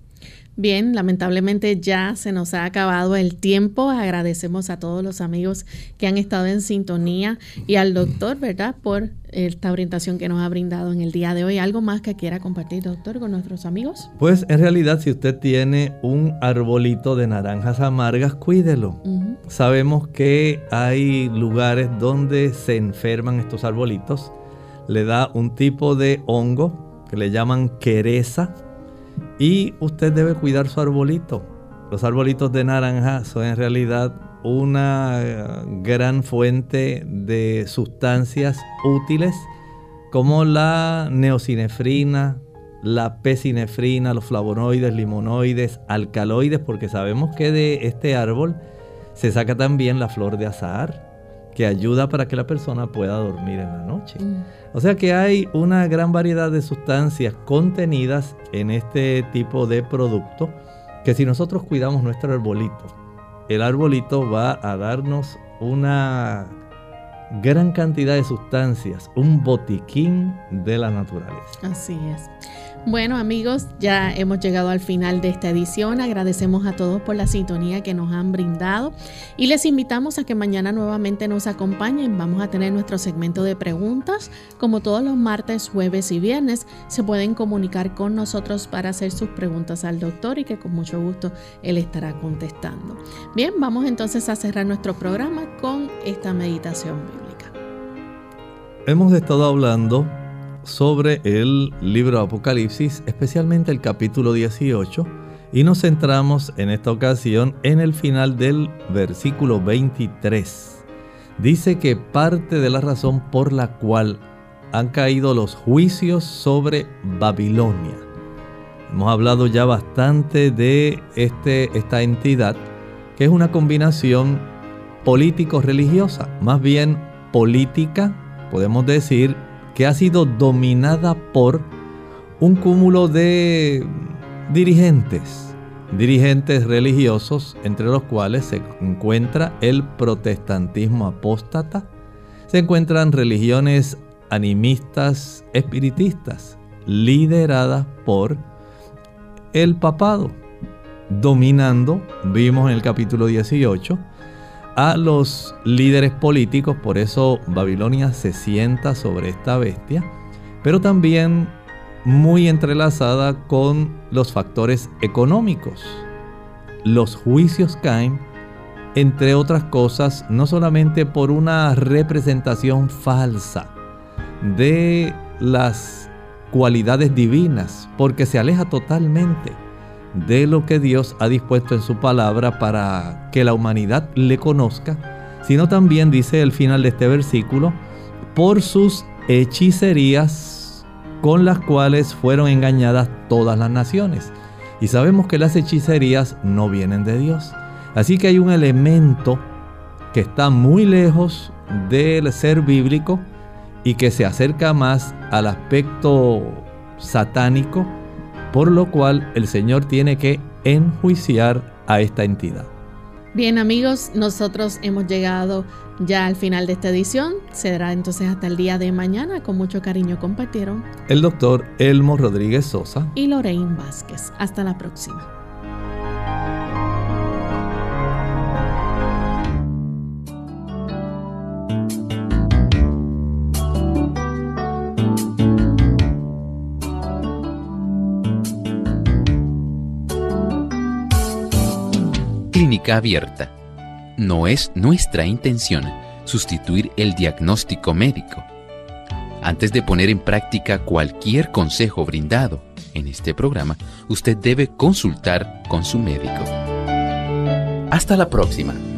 Bien, lamentablemente ya se nos ha acabado el tiempo. Agradecemos a todos los amigos que han estado en sintonía y al doctor, ¿verdad?, por esta orientación que nos ha brindado en el día de hoy. ¿Algo más que quiera compartir, doctor, con nuestros amigos? Pues en realidad, si usted tiene un arbolito de naranjas amargas, cuídelo. Sabemos que hay lugares donde se enferman estos arbolitos. Le da un tipo de hongo que le llaman quereza. Y usted debe cuidar su arbolito. Los arbolitos de naranja son en realidad una gran fuente de sustancias útiles como la neosinefrina, la pesinefrina, los flavonoides, limonoides, alcaloides, porque sabemos que de este árbol se saca también la flor de azahar, que ayuda para que la persona pueda dormir en la noche. O sea que hay una gran variedad de sustancias contenidas en este tipo de producto que si nosotros cuidamos nuestro arbolito, el arbolito va a darnos una gran cantidad de sustancias, un botiquín de la naturaleza. Así es. Bueno, amigos, ya hemos llegado al final de esta edición. Agradecemos a todos por la sintonía que nos han brindado y les invitamos a que mañana nuevamente nos acompañen. Vamos a tener nuestro segmento de preguntas. Como todos los martes, jueves y viernes, se pueden comunicar con nosotros para hacer sus preguntas al doctor y que con mucho gusto él estará contestando. Bien, vamos entonces a cerrar nuestro programa con esta meditación bíblica. Hemos estado hablando sobre el libro Apocalipsis, especialmente el capítulo 18, y nos centramos en esta ocasión en el final del versículo 23. Dice que parte de la razón por la cual han caído los juicios sobre Babilonia. Hemos hablado ya bastante de esta entidad, que es una combinación político-religiosa, más bien política, podemos decir, que ha sido dominada por un cúmulo de dirigentes religiosos, entre los cuales se encuentra el protestantismo apóstata, se encuentran religiones animistas, espiritistas, lideradas por el papado, dominando, vimos en el capítulo 18, a los líderes políticos. Por eso Babilonia se sienta sobre esta bestia, pero también muy entrelazada con los factores económicos. Los juicios caen, entre otras cosas, no solamente por una representación falsa de las cualidades divinas, porque se aleja totalmente de lo que Dios ha dispuesto en su palabra para que la humanidad le conozca, sino también, dice el final de este versículo, por sus hechicerías con las cuales fueron engañadas todas las naciones. Y sabemos que las hechicerías no vienen de Dios. Así que hay un elemento que está muy lejos del ser bíblico y que se acerca más al aspecto satánico, por lo cual el Señor tiene que enjuiciar a esta entidad. Bien, amigos, nosotros hemos llegado ya al final de esta edición. Será entonces hasta el día de mañana. Con mucho cariño compartieron el doctor Elmo Rodríguez Sosa y Lorraine Vázquez. Hasta la próxima. Clínica Abierta. No es nuestra intención sustituir el diagnóstico médico. Antes de poner en práctica cualquier consejo brindado en este programa, usted debe consultar con su médico. Hasta la próxima.